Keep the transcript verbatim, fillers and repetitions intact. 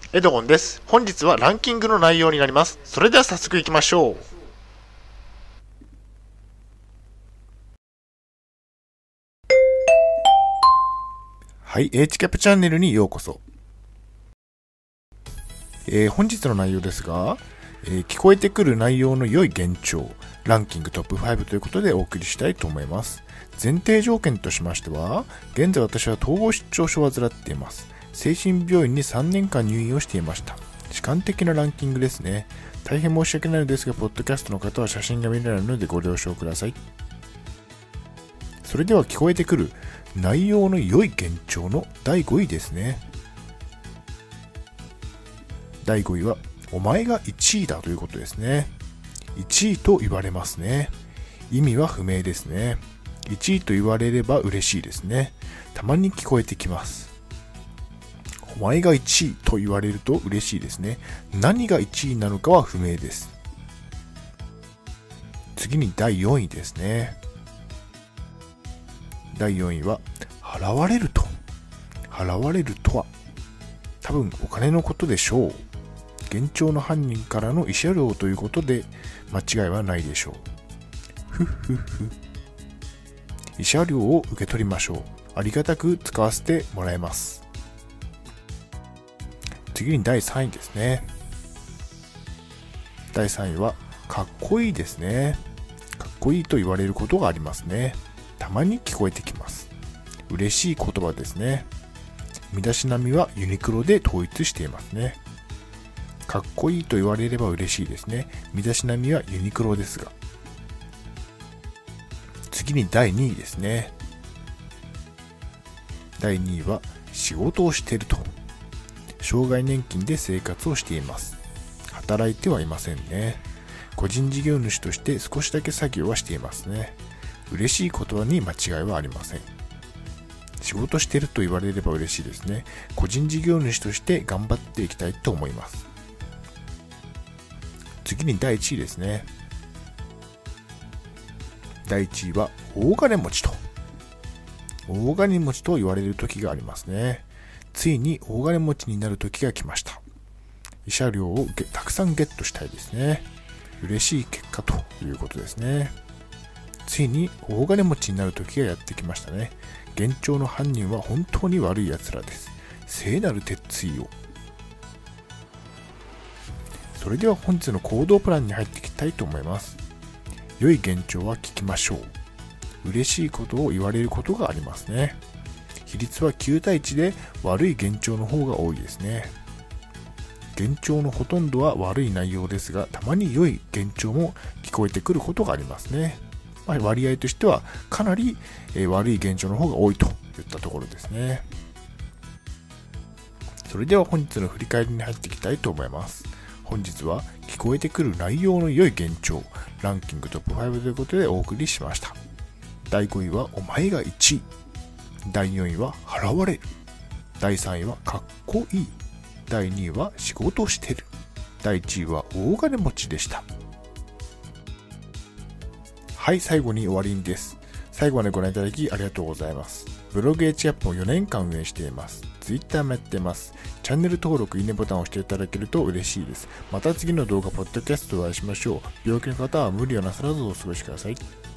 エドゴンです。本日はランキングの内容になります。それでは早速いきましょう。はい、H キャップチャンネルにようこそ。えー、本日の内容ですが、えー、聞こえてくる内容の良い幻聴、ランキングトップごということでお送りしたいと思います。前提条件としましては、現在私は統合失調症を患っています。精神病院にさんねんかん入院をしていました。主観的なランキングですね。大変申し訳ないのですが、ポッドキャストの方は写真が見られるのでご了承ください。それでは聞こえてくる内容の良い幻聴のだいごいですね。だいごいは、お前がいちいだということですね。いちいと言われますね。意味は不明ですね。いちいと言われれば嬉しいですね。たまに聞こえてきます。お前がいちいと言われると嬉しいですね。何がいちいなのかは不明です。次にだいよんいですね。だいよんいは、払われると。払われるとは、多分お金のことでしょう。幻聴の犯人からの慰謝料ということで間違いはないでしょう。ふっふっふ。慰謝料を受け取りましょう。ありがたく使わせてもらえます。次にだいさんいですね。だいさんいは、かっこいいですね。かっこいいと言われることがありますね。たまに聞こえてきます。嬉しい言葉ですね。身だしなみはユニクロで統一していますね。かっこいいと言われれば嬉しいですね。身だしなみはユニクロですが。次にだいにいですね。だいにいは、仕事をしていると。障害年金で生活をしています。働いてはいませんね。個人事業主として少しだけ作業はしていますね。嬉しい言葉に間違いはありません。仕事していると言われれば嬉しいですね。個人事業主として頑張っていきたいと思います。次にだいいちいですね。だいいちいは、大金持ちと。大金持ちと言われる時がありますね。ついに大金持ちになる時が来ました。慰謝料をたくさんゲットしたいですね。嬉しい結果ということですね。ついに大金持ちになる時がやってきましたね。幻聴の犯人は本当に悪い奴らです。聖なる鉄槌を。それでは本日の行動プランに入っていきたいと思います。良い幻聴は聞きましょう。嬉しいことを言われることがありますね。比率はきゅうたいいちで悪い幻聴の方が多いですね。幻聴のほとんどは悪い内容ですが、たまに良い幻聴も聞こえてくることがありますね。まあ、割合としてはかなり、えー、悪い幻聴の方が多いといったところですね。それでは本日の振り返りに入っていきたいと思います。本日は聞こえてくる内容の良い幻聴、ランキングトップごということでお送りしました。だいごいはお前がいちい。だいよんいは払われる。だいさんいはかっこいい。だいにいは仕事をしてる。だいいちいは大金持ちでした。はい、最後に終わりです。最後までご覧いただきありがとうございます。ブログ H キャップをよねんかん運営しています。Twitter もやってます。チャンネル登録、いいねボタンを押していただけると嬉しいです。また次の動画、ポッドキャストでお会いしましょう。病気の方は無理をなさらずお過ごしください。